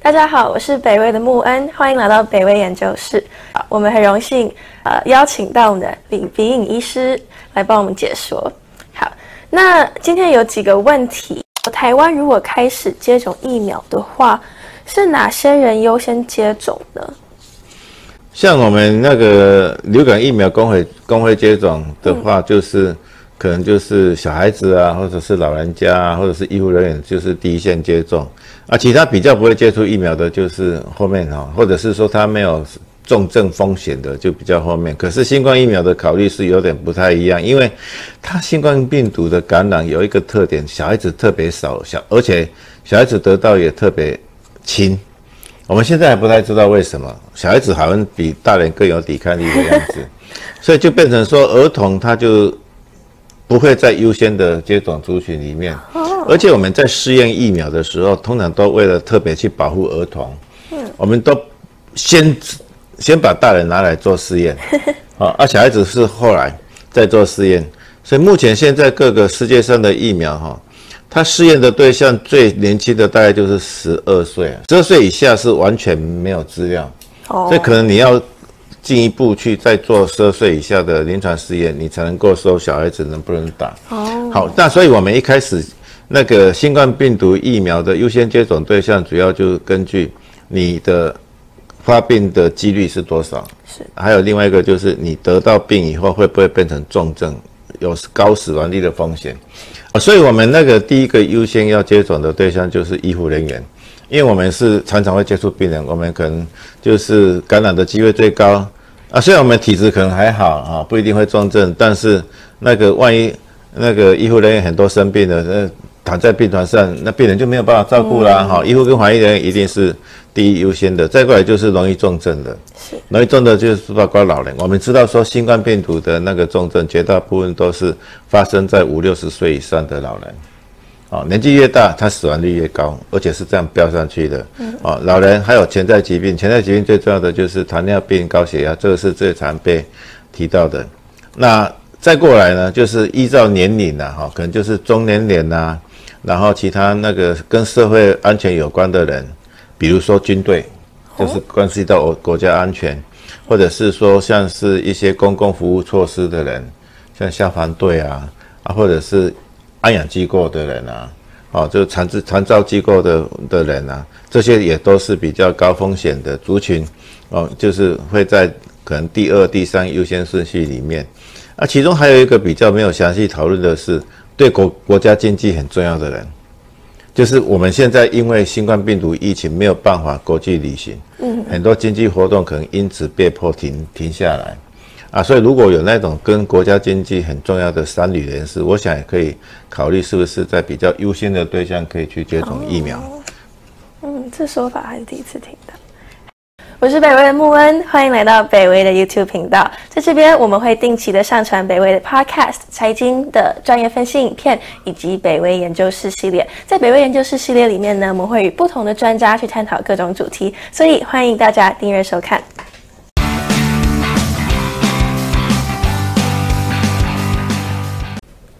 大家好，我是北威的穆恩，欢迎来到北威研究室。我们很荣幸邀请到我们的李秉颖医师来帮我们解说。好，那今天有几个问题，台湾如果开始接种疫苗的话，是哪些人优先接种呢？ 像我们那个流感疫苗公会接种的话，可能就是小孩子啊，或者是老人家啊，或者是医护人员，就是第一线接种啊。其他比较不会接触疫苗的，就是后面或者是说他没有重症风险的，就比较后面。可是新冠疫苗的考虑是有点不太一样，因为它新冠病毒的感染有一个特点，小孩子特别少，而且小孩子得到也特别轻。我们现在还不太知道为什么小孩子好像比大人更有抵抗力的样子，所以就变成说儿童他就不会在优先的接种族群里面，而且我们在试验疫苗的时候，通常都为了特别去保护儿童，我们都先把大人拿来做试验，小孩子是后来再做试验。所以目前现在各个世界上的疫苗它试验的对象最年轻的大概就是12岁，12岁以下是完全没有资料，所以可能你要进一步去再做12岁以下的临床试验，你才能够说小孩子能不能打。好，那所以我们一开始那个新冠病毒疫苗的优先接种对象，主要就是根据你的发病的几率是多少，还有另外一个就是你得到病以后会不会变成重症，有高死亡率的风险。所以我们那个第一个优先要接种的对象就是医护人员，因为我们是常常会接触病人，我们可能就是感染的机会最高虽然我们体质可能还好不一定会重症，但是那个万一那个医护人员很多生病了，躺在病床上，那病人就没有办法照顾啦医护跟防疫人员一定是第一优先的，再过来就是容易重症的，容易重的就是包括老人。我们知道说新冠病毒的那个重症绝大部分都是发生在50、60岁以上的老人，年纪越大，它死亡率越高，而且是这样飙上去的。老人还有潜在疾病，潜在疾病最重要的就是糖尿病、高血压，这个是最常被提到的。那再过来呢，就是依照年龄可能就是中年人然后其他那个跟社会安全有关的人，比如说军队，就是关系到国家安全，或者是说像是一些公共服务措施的人，像消防队或者是安养机构的人就是残照机构的人这些也都是比较高风险的族群就是会在可能第2、第3优先顺序里面其中还有一个比较没有详细讨论的是对国家经济很重要的人，就是我们现在因为新冠病毒疫情没有办法国际旅行，很多经济活动可能因此被迫停下来所以如果有那种跟国家经济很重要的商旅人士，我想也可以考虑是不是在比较优先的对象可以去接种疫苗。 这说法还是第一次听到。我是北威的穆恩，欢迎来到北威的 YouTube 频道。在这边我们会定期的上传北威的 Podcast、财经的专业分析影片，以及北威研究室系列。在北威研究室系列里面呢，我们会与不同的专家去探讨各种主题，所以欢迎大家订阅收看。